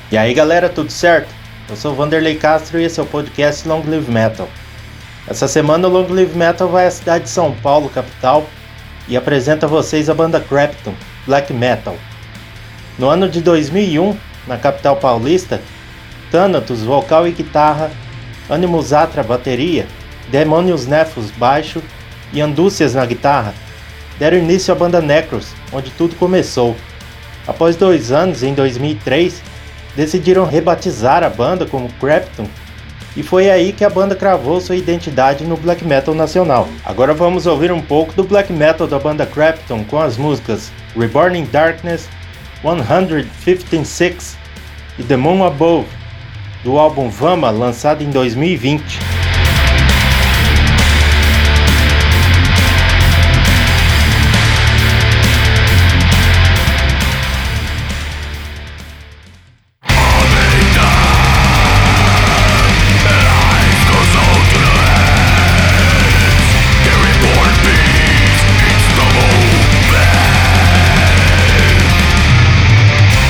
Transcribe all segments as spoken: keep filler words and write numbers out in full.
E aí galera, tudo certo? Eu sou o Vanderlei Castro e esse é o podcast Long Live Metal. Essa semana o Long Live Metal vai à cidade de São Paulo, capital, e apresenta a vocês a banda Crepton, Black Metal. No ano de dois mil e um, na capital paulista, Thanatos, vocal e guitarra, Animus Atra, bateria, Demônios Nefos, baixo e Andúcias na guitarra, deram início à banda Necros, onde tudo começou. Após dois anos, em dois mil e três, decidiram rebatizar a banda como Crepton, e foi aí que a banda cravou sua identidade no black metal nacional. Agora vamos ouvir um pouco do black metal da banda Crepton com as músicas Reborn in Darkness, one fifty six e The Moon Above, do álbum Vama, lançado em dois mil e vinte.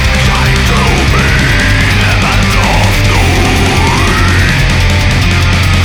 Shine through me, the battle of noon.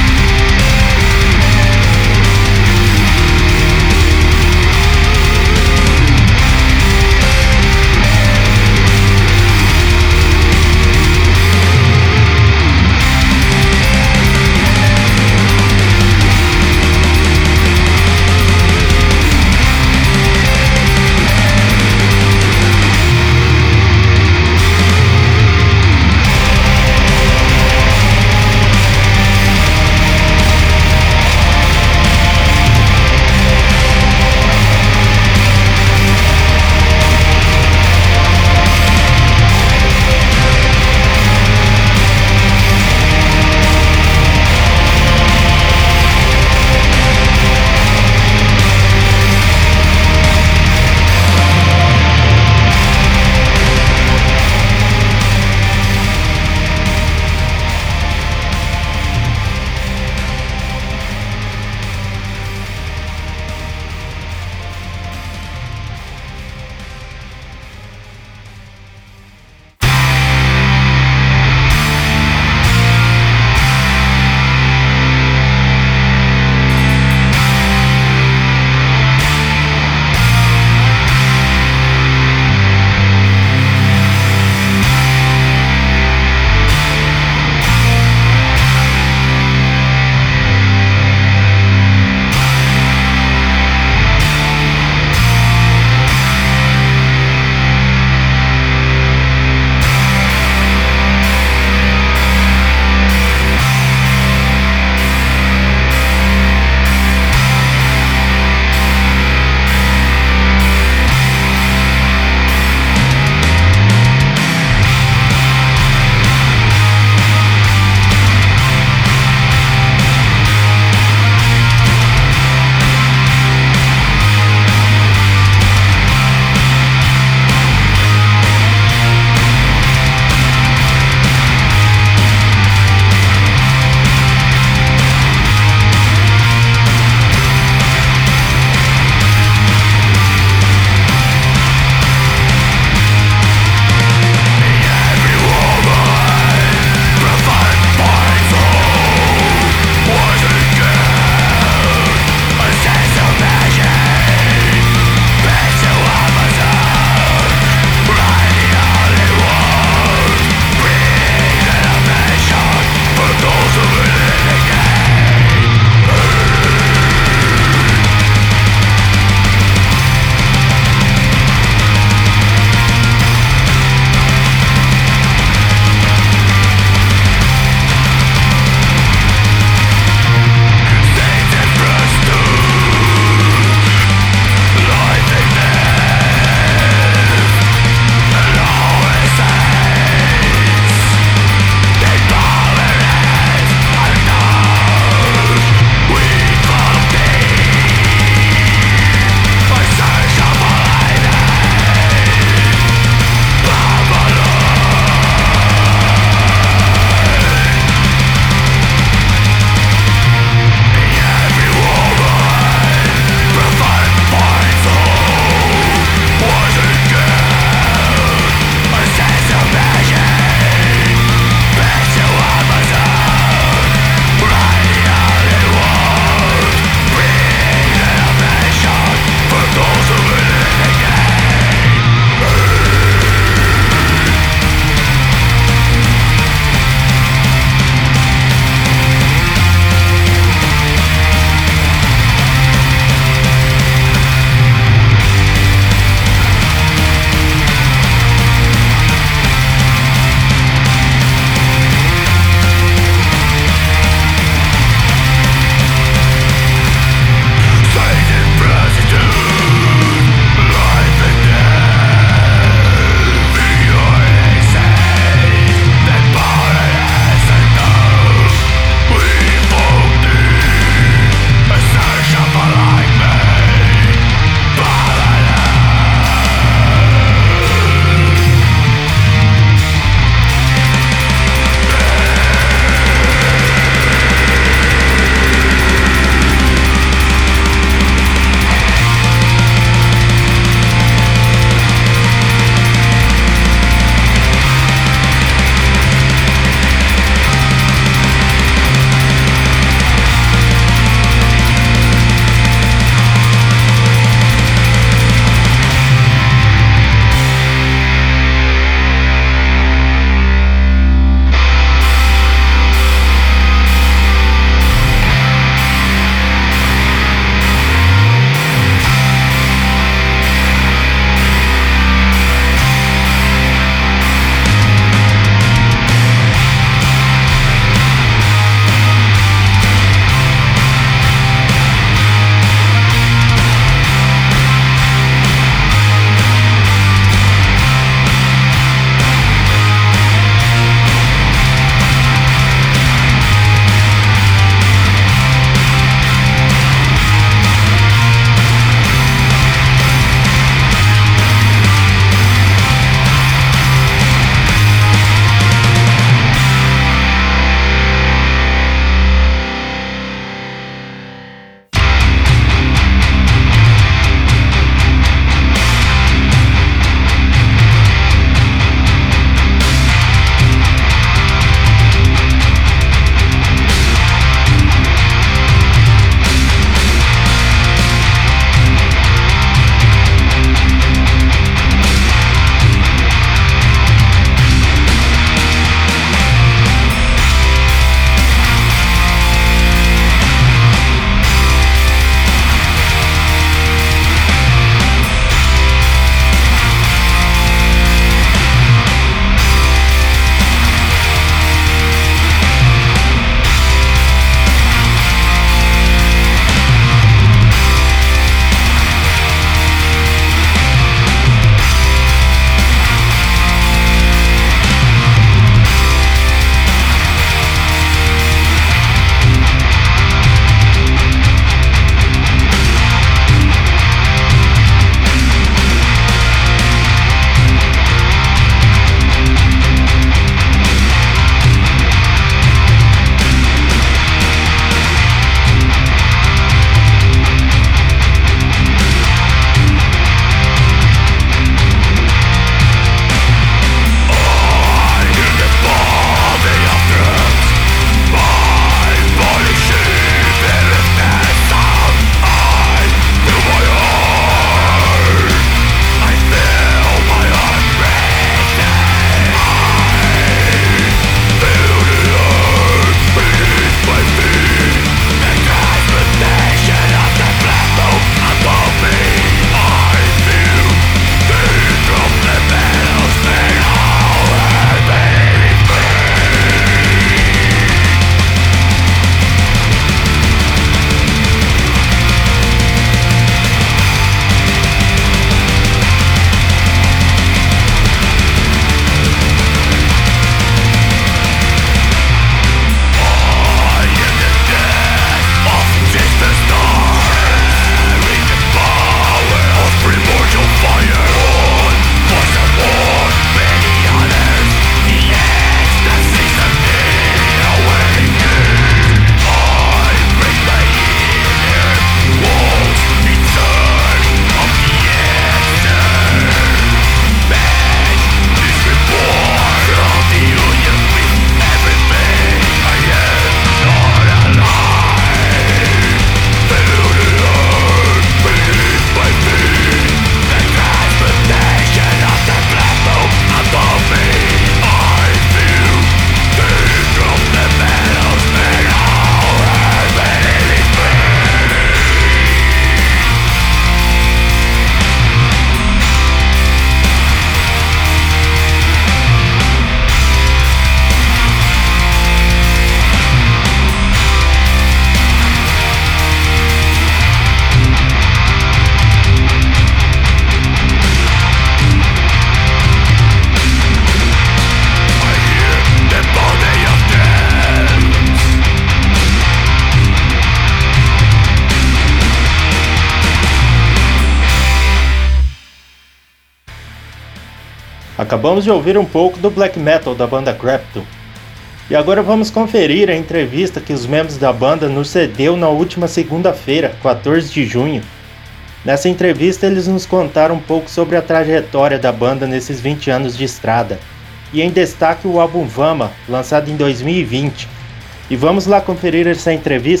Acabamos de ouvir um pouco do black metal da banda Crapton. E agora vamos conferir a entrevista que os membros da banda nos cedeu na última segunda-feira, quatorze de junho. Nessa entrevista eles nos contaram um pouco sobre a trajetória da banda nesses vinte anos de estrada, e em destaque o álbum Vama, lançado em dois mil e vinte. E vamos lá conferir essa entrevista?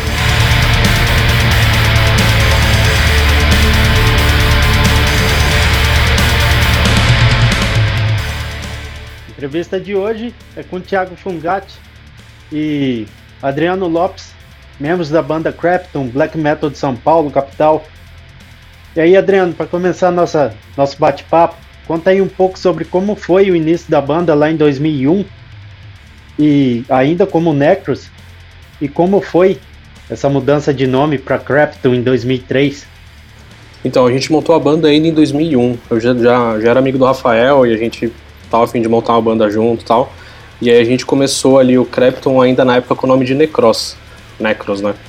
A entrevista de hoje é com o Thiago Fungati e Adriano Lopes, membros da banda Crapton, Black Metal de São Paulo, capital. E aí, Adriano, para começar nossa, nosso bate-papo, conta aí um pouco sobre como foi o início da banda lá em dois mil e um, e ainda como Necros, e como foi essa mudança de nome para Crapton em dois mil e três. Então, a gente montou a banda ainda em dois mil e um, eu já, já, já era amigo do Rafael e a gente tava a fim de montar uma banda junto e tal, e aí a gente começou ali o Crapton ainda na época com o nome de Necros, Necros, né?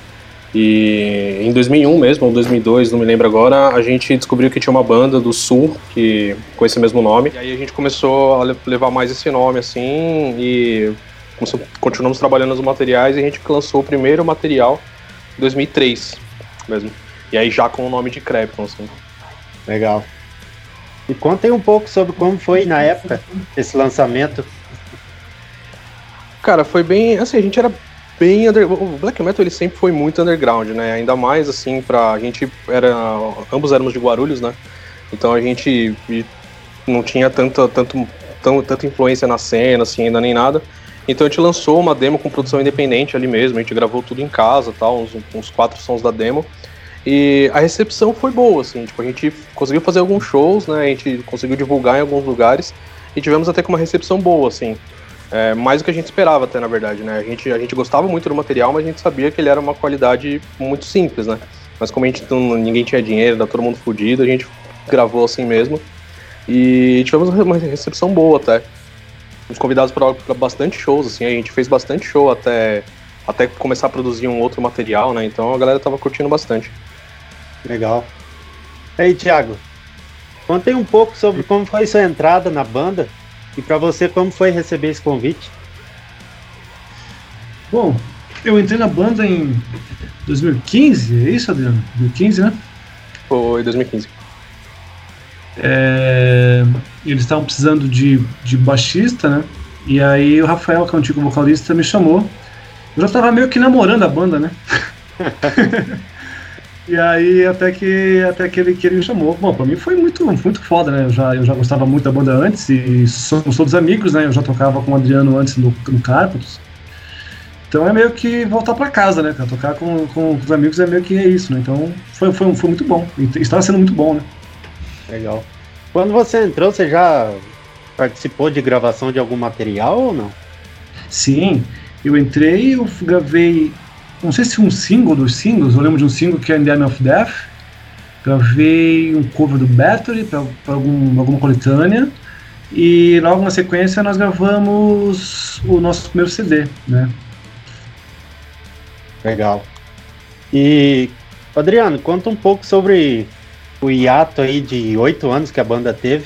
E em dois mil e um mesmo, ou dois mil e dois, não me lembro agora, a gente descobriu que tinha uma banda do Sul que, com esse mesmo nome. E aí a gente começou a levar mais esse nome, assim, e continuamos trabalhando nos materiais e a gente lançou o primeiro material em dois mil e três mesmo. E aí já com o nome de Crapton, assim. Legal. E contem um pouco sobre como foi na época esse lançamento. Cara, foi bem, assim, a gente era bem under... o Black Metal ele sempre foi muito underground, né, ainda mais assim pra a gente, era, ambos éramos de Guarulhos, né, então a gente não tinha tanta, tanto, tão, tanta influência na cena, assim, ainda nem nada, então a gente lançou uma demo com produção independente ali mesmo, a gente gravou tudo em casa, tal, uns, uns quatro sons da demo, e a recepção foi boa, assim, tipo, a gente conseguiu fazer alguns shows, né, a gente conseguiu divulgar em alguns lugares, e tivemos até com uma recepção boa, assim. É, mais do que a gente esperava até, na verdade, né? A gente, a gente gostava muito do material, mas a gente sabia que ele era uma qualidade muito simples, né? Mas como a gente não, ninguém tinha dinheiro, era todo mundo fudido, a gente gravou assim mesmo. E tivemos uma recepção boa até. Fomos convidados para bastante shows, assim, a gente fez bastante show até, até começar a produzir um outro material, né? Então a galera tava curtindo bastante. Legal. E aí, Thiago, contem um pouco sobre como foi sua entrada na banda. E pra você, como foi receber esse convite? Bom, eu entrei na banda em dois mil e quinze, é isso, Adriano? dois mil e quinze, né? Foi dois mil e quinze. É, eles estavam precisando de, de baixista, né? E aí o Rafael, que é o antigo vocalista, me chamou. Eu já tava meio que namorando a banda, né? E aí até que, até que, ele, que ele me chamou. Bom, pra mim foi muito, muito foda, né? Eu já, eu já gostava muito da banda antes e somos todos amigos, né? Eu já tocava com o Adriano antes no, no Carpathos. Então é meio que voltar pra casa, né? Tocar com, com os amigos é meio que é isso, né? Então foi, foi, foi muito bom. E estava sendo muito bom, né? Legal. Quando você entrou, você já participou de gravação de algum material ou não? Sim, eu entrei, eu gravei... Não sei se um single dos singles, eu lembro de um single que é In the Army of Death. Gravei um cover do Battery para algum, alguma coletânea. E logo na sequência nós gravamos o nosso primeiro C D, né? Legal. E, Adriano, conta um pouco sobre o hiato aí de oito anos que a banda teve.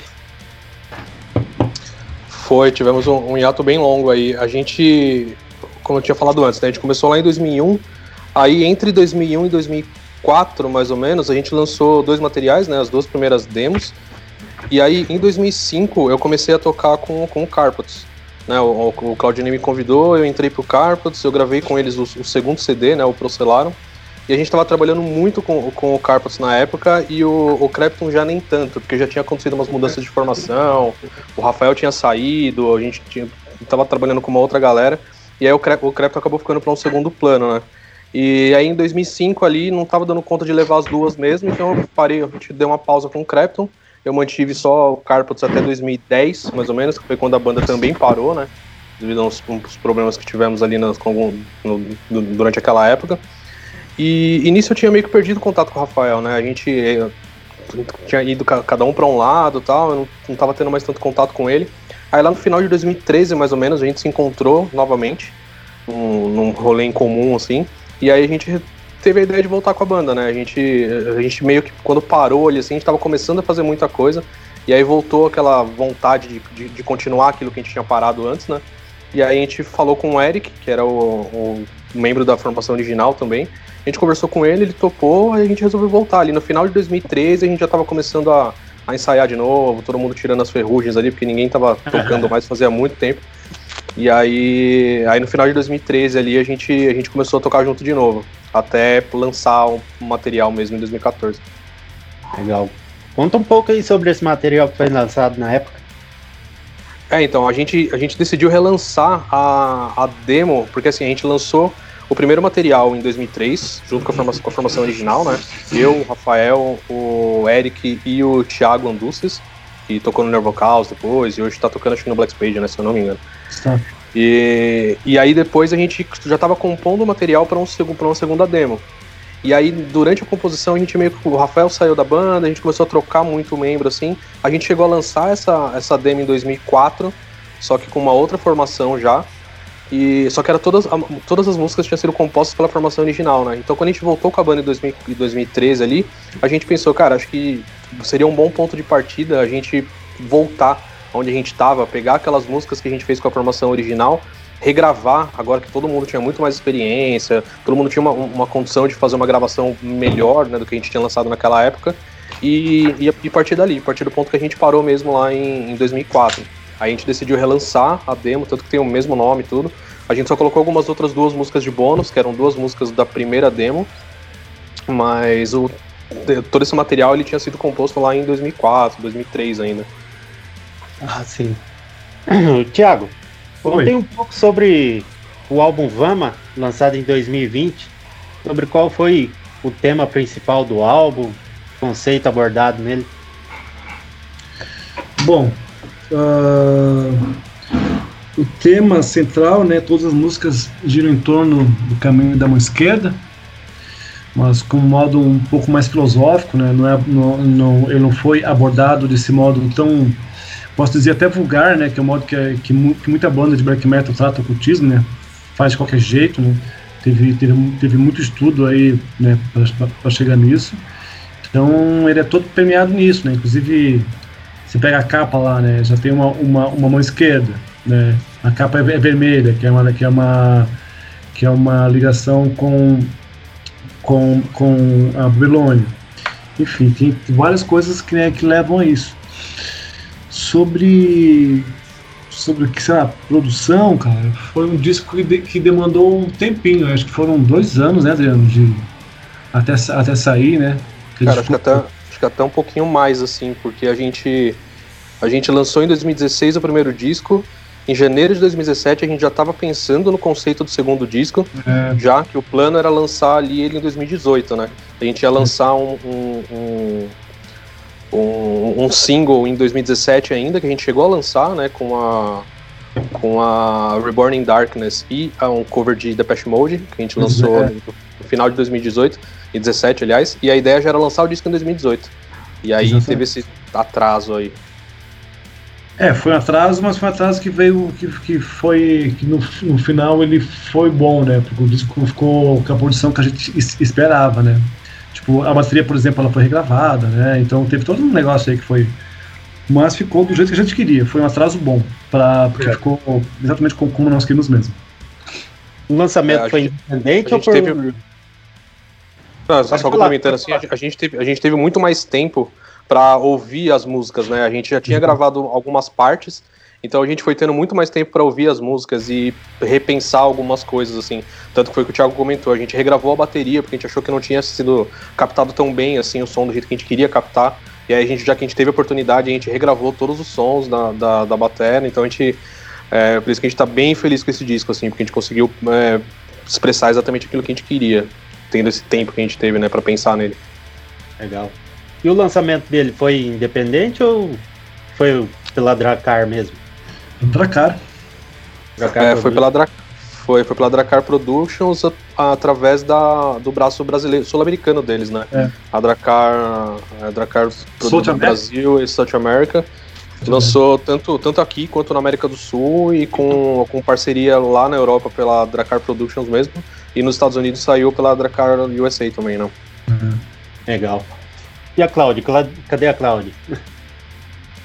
Foi, tivemos um, um hiato bem longo aí. A gente... Como eu tinha falado antes, né? A gente começou lá em dois mil e um, aí entre dois mil e um e dois mil e quatro, mais ou menos, a gente lançou dois materiais, né? As duas primeiras demos, e aí em dois mil e cinco eu comecei a tocar com, com o Carpathos, né? O, o Claudinei me convidou, eu entrei pro Carpathos, eu gravei com eles o, o segundo C D, né? O Procelaram, e a gente estava trabalhando muito com, com o Carpathos na época, e o, o Crapton já nem tanto, porque já tinha acontecido umas mudanças de formação, o Rafael tinha saído, a gente tinha, tava trabalhando com uma outra galera. E aí o Crapton acabou ficando para um segundo plano, né? E aí em dois mil e cinco ali não tava dando conta de levar as duas mesmo, então eu parei, a gente deu uma pausa com o Crapton. Eu mantive só o Carpathos até dois mil e dez, mais ou menos, que foi quando a banda também parou, né? Devido aos, aos problemas que tivemos ali nas, com, no, durante aquela época. E, e nisso eu tinha meio que perdido contato com o Rafael, né? A gente eu, tinha ido cada um para um lado e tal, eu não, não tava tendo mais tanto contato com ele. Aí lá no final de dois mil e treze, mais ou menos, a gente se encontrou novamente, num, num rolê em comum, assim, e aí a gente teve a ideia de voltar com a banda, né? A gente, a gente meio que, quando parou ali, assim, a gente tava começando a fazer muita coisa, E aí voltou aquela vontade de, de, de continuar aquilo que a gente tinha parado antes, né? E aí a gente falou com o Eric, que era o, o membro da formação original também. A gente conversou com ele, ele topou, e a gente resolveu voltar. Ali no final de dois mil e treze, a gente já tava começando a, a ensaiar de novo, todo mundo tirando as ferrugens ali, porque ninguém tava tocando mais, fazia muito tempo. E aí, aí no final de dois mil e treze ali, a gente, a gente começou a tocar junto de novo, até lançar um material mesmo em dois mil e quatorze. Legal. Conta um pouco aí sobre esse material que foi lançado na época. É, então, a gente, a gente decidiu relançar a, a demo, porque assim, a gente lançou o primeiro material em dois mil e três, junto com a formação, com a formação original, né? Eu, o Rafael, o Eric e o Thiago Anduces, que tocou no Nervocaus depois, e hoje tá tocando acho que no Black Spade, né, se eu não me engano. Está. E, e aí depois a gente já tava compondo o material para um, pra uma segunda demo. E aí, durante a composição, a gente meio que... O Rafael saiu da banda, a gente começou a trocar muito membro, assim. A gente chegou a lançar essa, essa demo em dois mil e quatro, só que com uma outra formação já. E, só que era todas, todas as músicas tinham sido compostas pela formação original, né? Então, quando a gente voltou com a banda em dois mil, dois mil e treze ali, a gente pensou, cara, acho que seria um bom ponto de partida a gente voltar onde a gente estava, pegar aquelas músicas que a gente fez com a formação original, regravar, agora que todo mundo tinha muito mais experiência, todo mundo tinha uma, uma condição de fazer uma gravação melhor, né, do que a gente tinha lançado naquela época, e, e, e partir dali, partir do ponto que a gente parou mesmo lá em, em dois mil e quatro. Aí a gente decidiu relançar a demo, tanto que tem o mesmo nome e tudo. A gente só colocou algumas outras duas músicas de bônus, que eram duas músicas da primeira demo, mas o, todo esse material ele tinha sido composto lá em dois mil e quatro, dois mil e três ainda. Ah, sim. Thiago, contei um pouco sobre o álbum Vama, lançado em dois mil e vinte, sobre qual foi o tema principal do álbum, conceito abordado nele. Bom, uh, o tema central, né, todas as músicas giram em torno do caminho da mão esquerda, mas com um modo um pouco mais filosófico, né, não é, não, não, ele não foi abordado desse modo tão, posso dizer até vulgar, né, que é o modo que, é, que, que muita banda de black metal trata o ocultismo, né, faz de qualquer jeito, né, teve, teve, teve muito estudo aí, né, para chegar nisso. Então ele é todo permeado nisso, né, inclusive você pega a capa lá, né, já tem uma, uma, uma mão esquerda, né, a capa é vermelha, que é uma, que é uma, que é uma ligação com, com, com a Babilônia. Enfim, tem várias coisas que, né, que levam a isso. Sobre, sobre que, sei lá, produção, cara, foi um disco que, de, que demandou um tempinho, acho que foram dois anos, né, Adriano, de, até, até sair, né. Que Cara, acho que, até, acho que até um pouquinho mais, assim, porque a gente, a gente lançou em dois mil e dezesseis o primeiro disco, em janeiro de dois mil e dezessete a gente já estava pensando no conceito do segundo disco, é. já que o plano era lançar ali ele em dois mil e dezoito, né? A gente ia lançar um, um, um, um, um single em dois mil e dezessete ainda, que a gente chegou a lançar, né, com a, com a Reborn in Darkness e um cover de Depeche Mode, que a gente lançou é. no final de dois mil e dezoito, e dezessete, aliás, e a ideia já era lançar o disco em dois mil e dezoito. E aí Exatamente. Teve esse atraso aí. É, foi um atraso, mas foi um atraso que veio, que, que foi, que no, no final ele foi bom, né, porque o disco ficou com a produção que a gente esperava, né. Tipo, a bateria, por exemplo, ela foi regravada, né, então teve todo um negócio aí que foi, mas ficou do jeito que a gente queria, foi um atraso bom, pra, porque é. ficou exatamente como, como nós queríamos mesmo. O lançamento é, foi gente, independente ou por... Teve... Não, só falar, complementando assim, a gente, teve, a gente teve muito mais tempo para ouvir as músicas, né? A gente já tinha uhum. gravado algumas partes, então a gente foi tendo muito mais tempo para ouvir as músicas e repensar algumas coisas, assim. Tanto que foi o que o Thiago comentou, a gente regravou a bateria porque a gente achou que não tinha sido captado tão bem, assim, o som do jeito que a gente queria captar. E aí, a gente, já que a gente teve a oportunidade, a gente regravou todos os sons da, da, da bateria, então a gente... É, por isso que a gente tá bem feliz com esse disco, assim, porque a gente conseguiu é, expressar exatamente aquilo que a gente queria, tendo esse tempo que a gente teve, né, pra pensar nele. Legal. E o lançamento dele foi independente ou foi pela Drakkar mesmo? Drakkar. Drakkar é, foi pela, Dra- foi, foi pela Drakkar Productions a, através da, do braço brasileiro, sul-americano deles, né? É. A Drakkar, a Drakkar Productions no Brasil e South America. Lançou tanto, tanto aqui quanto na América do Sul e com, com parceria lá na Europa pela Drakkar Productions mesmo. E nos Estados Unidos saiu pela Drakkar U S A também, não? Uhum. Legal. E a Cláudia? Cadê a Cláudia?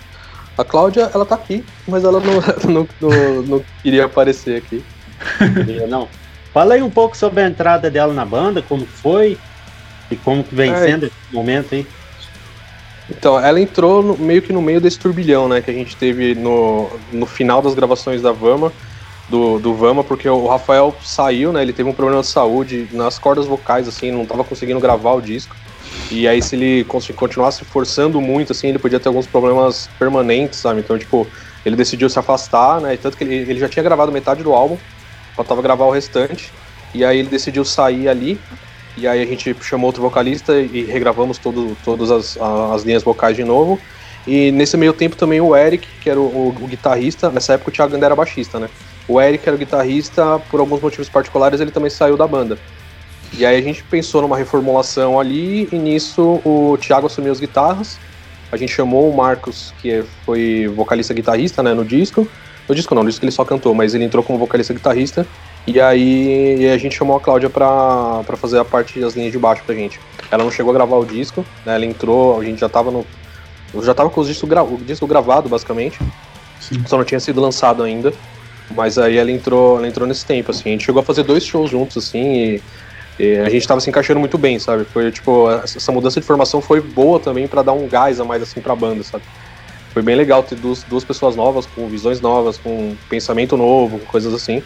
A Cláudia, ela tá aqui, mas ela não, não, não, não queria aparecer aqui. Não. Fala aí um pouco sobre a entrada dela na banda, como foi e como que vem é. sendo esse momento aí. Então, ela entrou no, meio que no meio desse turbilhão, né, que a gente teve no, no final das gravações da Vama, do, do Vama, porque o Rafael saiu, né, ele teve um problema de saúde nas cordas vocais, assim, não tava conseguindo gravar o disco. E aí, se ele continuasse forçando muito, assim, ele podia ter alguns problemas permanentes, sabe? Então, tipo, ele decidiu se afastar, né? Tanto que ele, ele já tinha gravado metade do álbum, faltava gravar o restante. E aí ele decidiu sair ali. E aí a gente chamou outro vocalista e regravamos todo, todas as, as linhas vocais de novo. E nesse meio tempo também o Eric, que era o, o, o guitarrista, nessa época o Thiago ainda era baixista, né? O Eric era o guitarrista, por alguns motivos particulares, ele também saiu da banda. E aí a gente pensou numa reformulação ali, e nisso o Thiago assumiu as guitarras, a gente chamou o Marcos, que foi vocalista guitarrista, né, no disco, no disco não, no disco ele só cantou, mas ele entrou como vocalista guitarrista, e aí a gente chamou a Cláudia pra, pra fazer a parte das linhas de baixo pra gente. Ela não chegou a gravar o disco, né, ela entrou, a gente já tava no... já tava com o disco, gra, o disco gravado, basicamente, Sim. só não tinha sido lançado ainda, mas aí ela entrou, ela entrou nesse tempo, assim, a gente chegou a fazer dois shows juntos, assim, e... E a gente tava se encaixando muito bem, sabe? Foi, tipo, essa mudança de formação foi boa também pra dar um gás a mais, assim, pra banda, sabe? Foi bem legal ter duas, duas pessoas novas, com visões novas, com pensamento novo, coisas assim.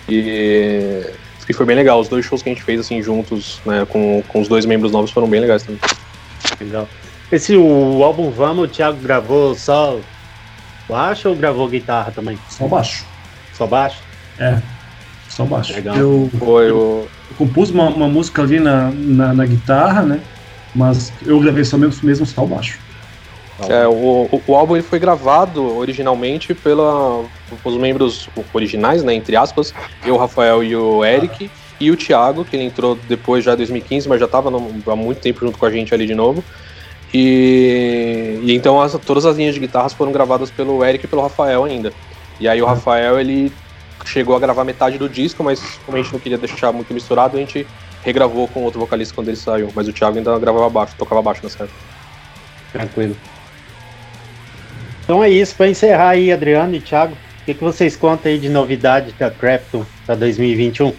E, e foi bem legal. Os dois shows que a gente fez, assim, juntos, né, com, com os dois membros novos foram bem legais também. Legal. Esse, o álbum Vamos, o Thiago gravou só baixo ou gravou guitarra também? Só baixo. Só baixo? É, só baixo. Legal. Eu... Foi o... Eu compus uma, uma música ali na, na, na guitarra, né? Mas eu gravei só mesmo, mesmo só o baixo. É, o, o, o álbum ele foi gravado originalmente pela, os membros originais, né? Entre aspas, eu, o Rafael e o Eric, e o Thiago, que ele entrou depois já em dois mil e quinze, mas já estava há muito tempo junto com a gente ali de novo. E, e então as, todas as linhas de guitarras foram gravadas pelo Eric e pelo Rafael ainda. E aí o Rafael, ele chegou a gravar metade do disco, mas como a gente não queria deixar muito misturado, a gente regravou com outro vocalista quando ele saiu. Mas o Thiago ainda gravava baixo, tocava baixo nessa época. Tranquilo. Então é isso, para encerrar aí, Adriano e Thiago, o que, que vocês contam aí de novidade da Crapton para dois mil e vinte e um?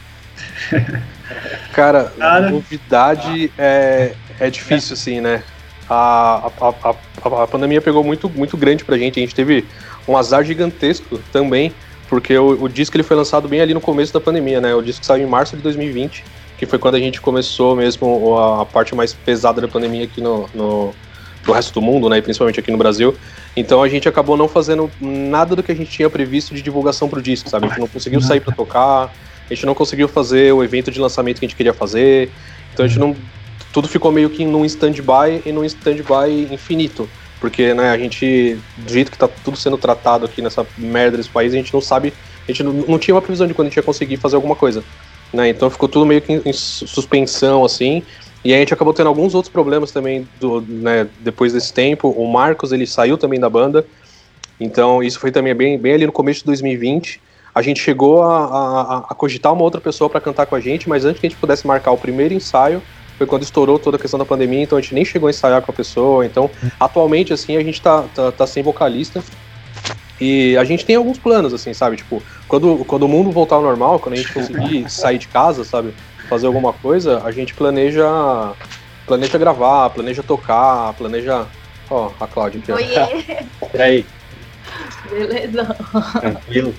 Cara, Cara, novidade é, é difícil, assim, né? A, a, a, a pandemia pegou muito, muito grande pra gente, a gente teve um azar gigantesco também, porque o, o disco ele foi lançado bem ali no começo da pandemia, né? O disco saiu em março de dois mil e vinte, que foi quando a gente começou mesmo a, a parte mais pesada da pandemia aqui no, no, no resto do mundo, né? E principalmente aqui no Brasil. Então a gente acabou não fazendo nada do que a gente tinha previsto de divulgação pro disco, sabe? A gente não conseguiu sair pra tocar, a gente não conseguiu fazer o evento de lançamento que a gente queria fazer, então a gente não... Tudo ficou meio que num stand-by e num stand-by infinito. Porque, né, a gente, do jeito que tá tudo sendo tratado aqui nessa merda desse país, a gente não sabe, a gente não, não tinha uma previsão de quando a gente ia conseguir fazer alguma coisa, né, então ficou tudo meio que em, em suspensão, assim, e aí a gente acabou tendo alguns outros problemas também, do, né, depois desse tempo. O Marcos, ele saiu também da banda, então isso foi também bem, bem ali no começo de dois mil e vinte, a gente chegou a, a, a cogitar uma outra pessoa para cantar com a gente, mas antes que a gente pudesse marcar o primeiro ensaio, foi quando estourou toda a questão da pandemia, então a gente nem chegou a ensaiar com a pessoa. Então, atualmente, assim, a gente tá, tá, tá sem vocalista, e a gente tem alguns planos, assim, sabe, tipo, quando, quando o mundo voltar ao normal, quando a gente conseguir sair de casa, sabe, fazer alguma coisa, a gente planeja, planeja gravar, planeja tocar, planeja... Ó, oh, a Cláudia aqui, ó. Oiê! E aí? Beleza? Tranquilo?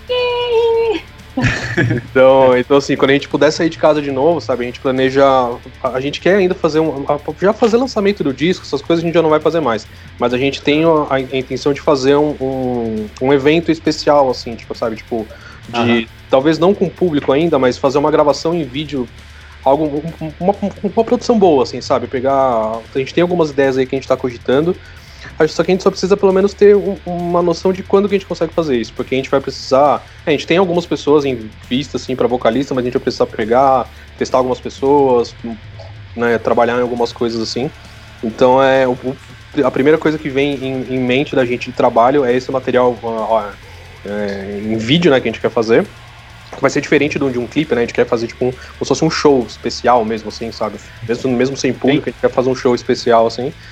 Então, então, assim, quando a gente puder sair de casa de novo, sabe, a gente planeja, a gente quer ainda fazer um, já fazer lançamento do disco, essas coisas a gente já não vai fazer mais, mas a gente tem a, a intenção de fazer um, um, um evento especial, assim, tipo, sabe, tipo, de, uhum. talvez não com público ainda, mas fazer uma gravação em vídeo, algo, uma, uma produção boa, assim, sabe, pegar, a gente tem algumas ideias aí que a gente tá cogitando, só que a gente só precisa pelo menos ter um, uma noção de quando que a gente consegue fazer isso, porque a gente vai precisar, a gente tem algumas pessoas em vista, assim, para vocalista, mas a gente vai precisar pegar, testar algumas pessoas, né, trabalhar em algumas coisas assim. Então é o, a primeira coisa que vem em, em mente da gente de trabalho é esse material ó, é, em vídeo, né, que a gente quer fazer. Vai ser diferente de um, de um clipe, né? A gente quer fazer tipo um, como se fosse um show especial mesmo, assim, sabe? Mesmo, mesmo sem público, a gente quer fazer um show especial, assim.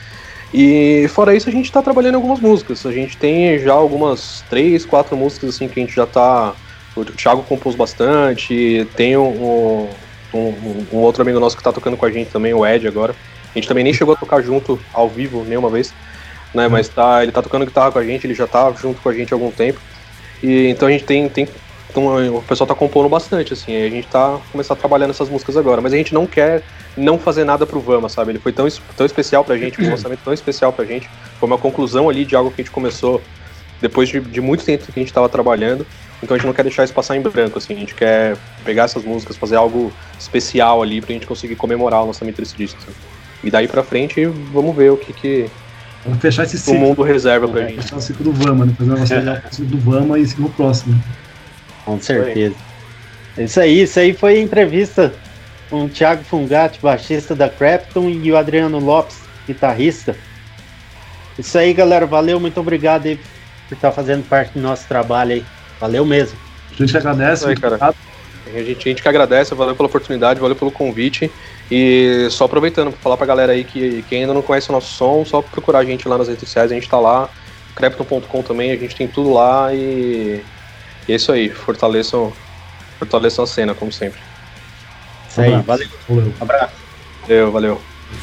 E fora isso a gente tá trabalhando em algumas músicas. A gente tem já algumas três, quatro músicas assim que a gente já tá... O Thiago compôs bastante, tem um, um, um outro amigo nosso que tá tocando com a gente também, o Ed agora. A gente também nem chegou a tocar junto ao vivo nenhuma vez, né? Mas tá, ele tá tocando guitarra com a gente, ele já tá junto com a gente há algum tempo. E então a gente tem... tem então, o pessoal tá compondo bastante, assim, a gente tá começando a trabalhar nessas músicas agora, mas a gente não quer não fazer nada pro Vama, sabe? Ele foi tão, tão especial pra gente, foi um lançamento tão especial pra gente, foi uma conclusão ali de algo que a gente começou depois de, de muito tempo que a gente tava trabalhando, então a gente não quer deixar isso passar em branco, assim, a gente quer pegar essas músicas, fazer algo especial ali pra gente conseguir comemorar o lançamento desse disco, sabe? E daí pra frente, vamos ver o que que vamos fechar esse ciclo. O mundo reserva pra gente. Fechar o ciclo do Vama, né? Fazer uma ciclo do Vama e seguir o próximo. Com certeza. Isso aí, isso aí foi a entrevista com o Thiago Fungatti, baixista da Clapton, e o Adriano Lopes, guitarrista. Isso aí, galera, valeu, muito obrigado aí por estar fazendo parte do nosso trabalho aí. Valeu mesmo. A gente agradece. Aí, cara. A gente, a gente que agradece, valeu pela oportunidade, valeu pelo convite. E só aproveitando para falar pra galera aí que, que ainda não conhece o nosso som, só procurar a gente lá nas redes sociais, a gente tá lá, clapton ponto com também, a gente tem tudo lá e... E é isso aí, fortaleçam, fortaleçam a cena, como sempre. Isso aí, valeu. valeu. Abraço. Valeu, valeu.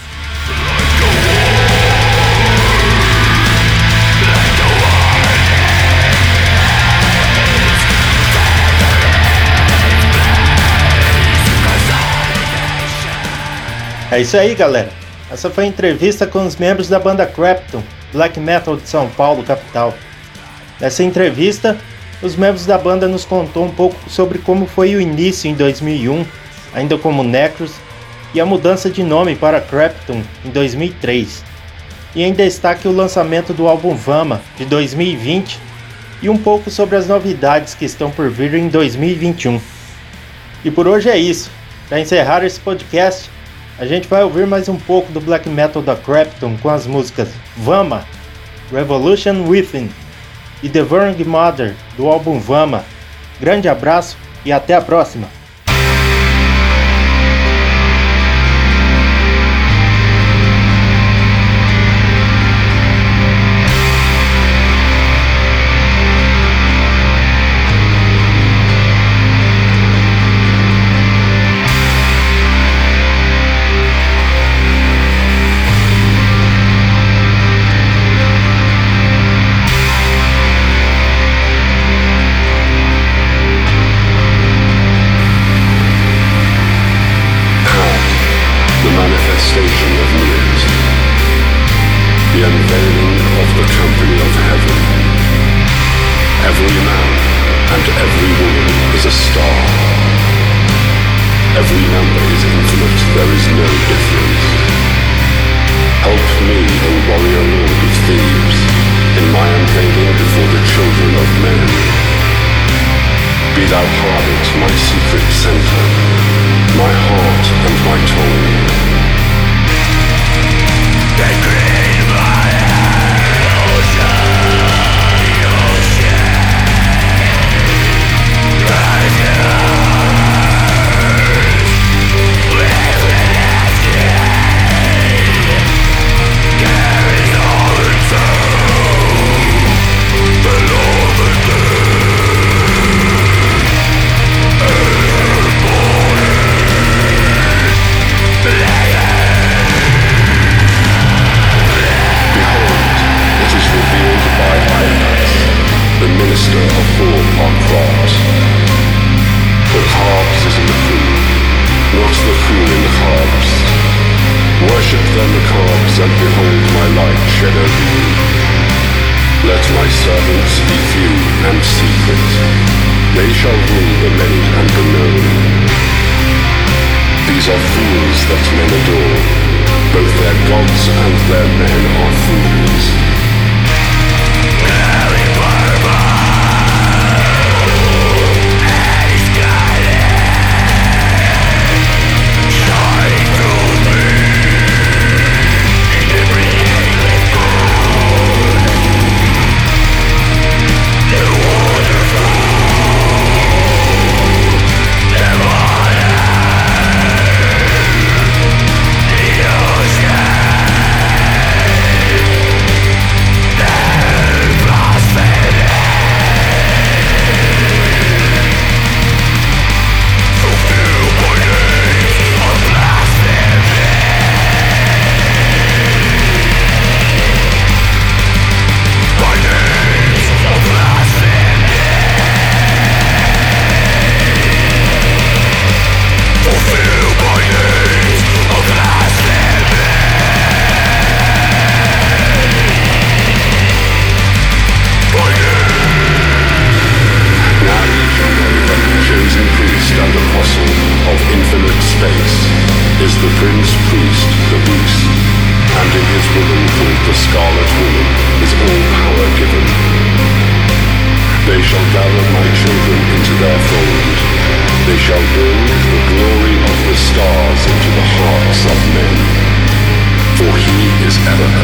É isso aí, galera. Essa foi a entrevista com os membros da banda Clapton, Black Metal de São Paulo, capital. Nessa entrevista, os membros da banda nos contou um pouco sobre como foi o início em dois mil e um, ainda como Necros, e a mudança de nome para Clapton em dois mil e três. E em destaque o lançamento do álbum Vama de dois mil e vinte e um pouco sobre as novidades que estão por vir em dois mil e vinte e um. E por hoje é isso. Para encerrar esse podcast, a gente vai ouvir mais um pouco do black metal da Clapton com as músicas Vama, Revolution Within e The Burning Mother, do álbum Vama. Grande abraço e até a próxima!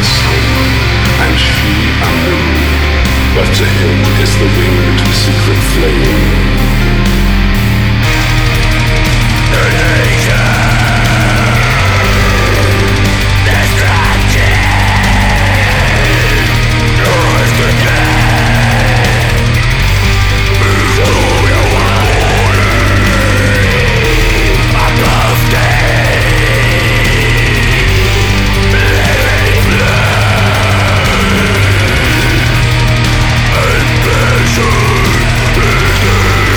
sun, and she unknown, but to him is the winged secret flame. Passion is the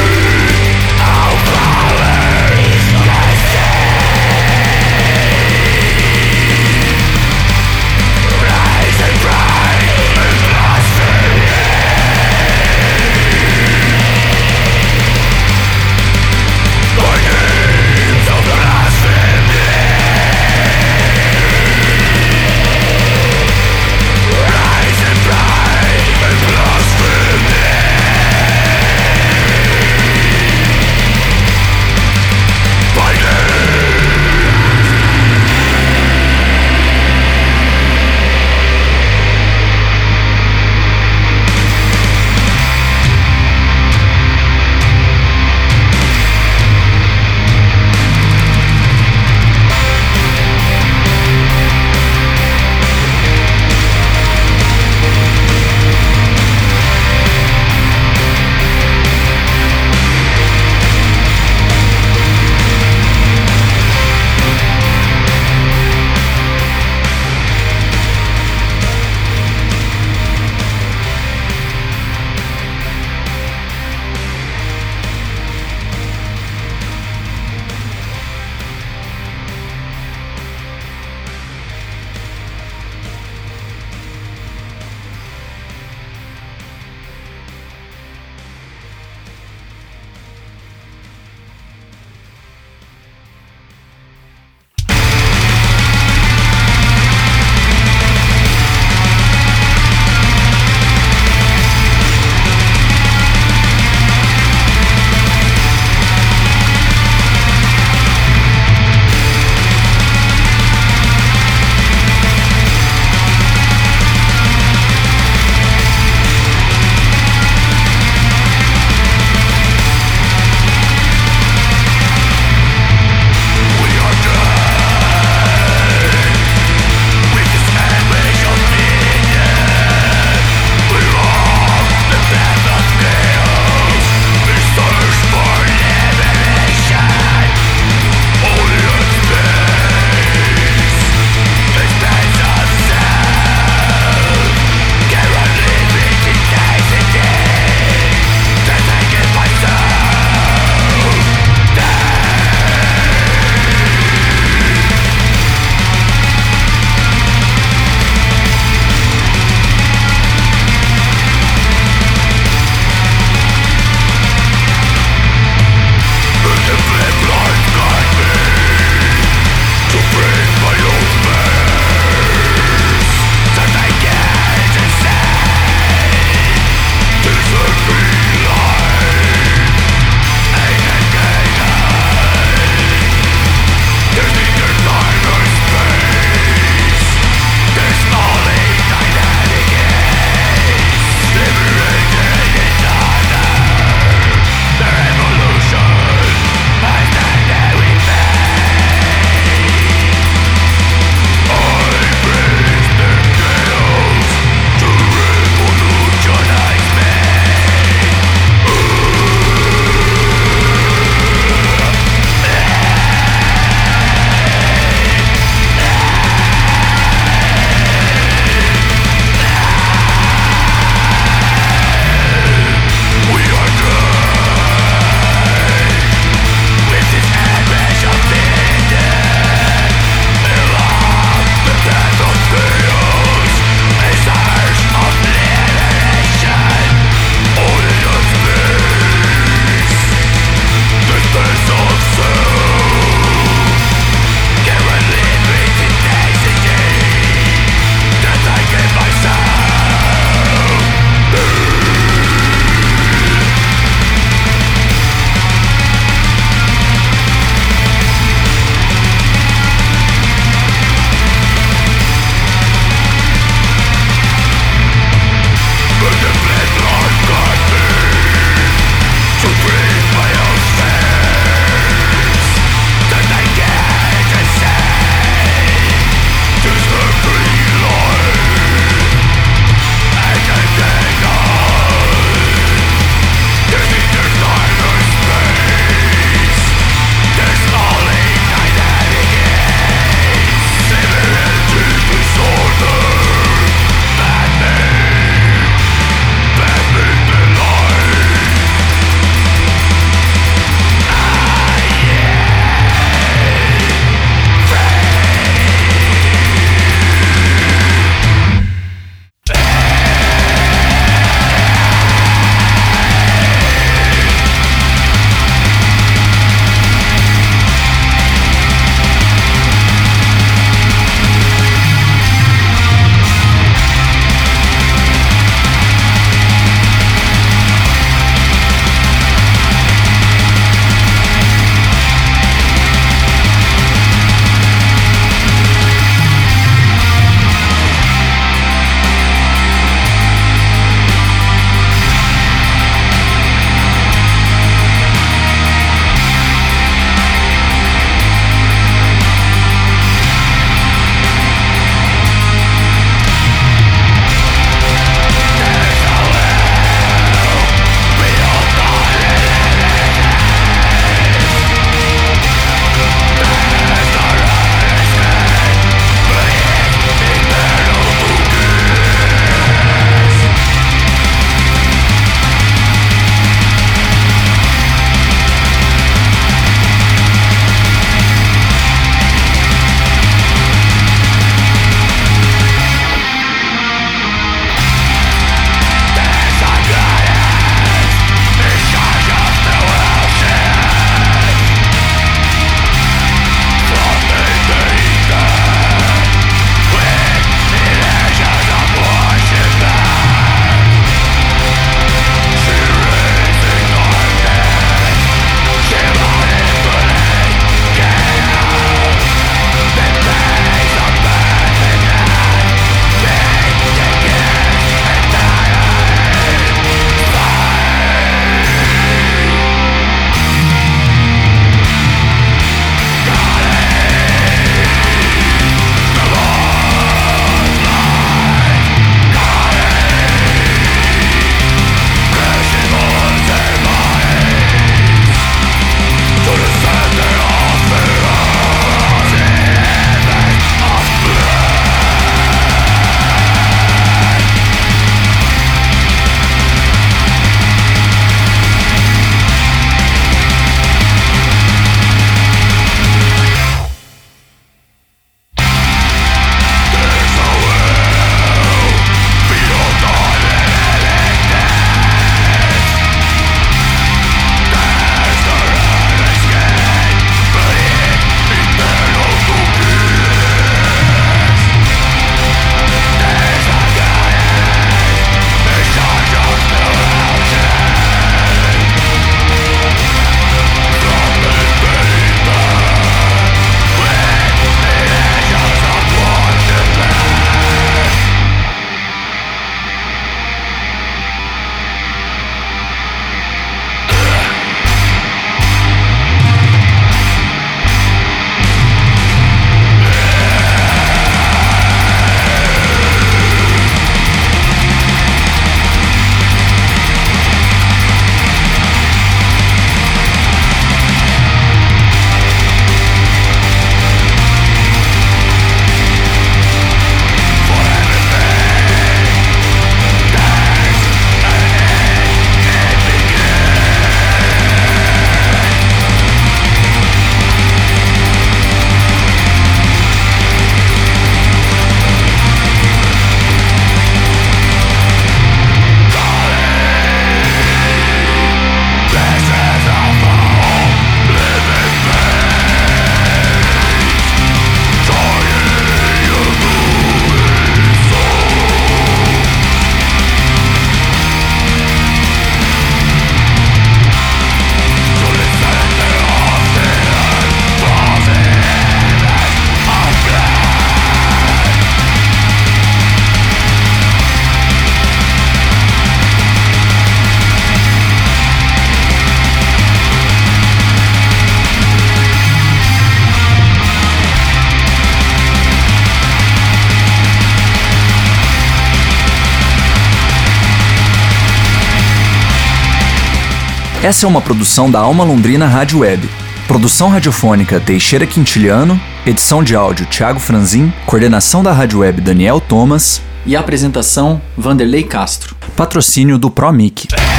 Essa é uma produção da Alma Londrina Rádio Web. Produção radiofônica Teixeira Quintiliano, edição de áudio Thiago Franzin, coordenação da Rádio Web Daniel Thomas e apresentação Vanderlei Castro. Patrocínio do ProMic.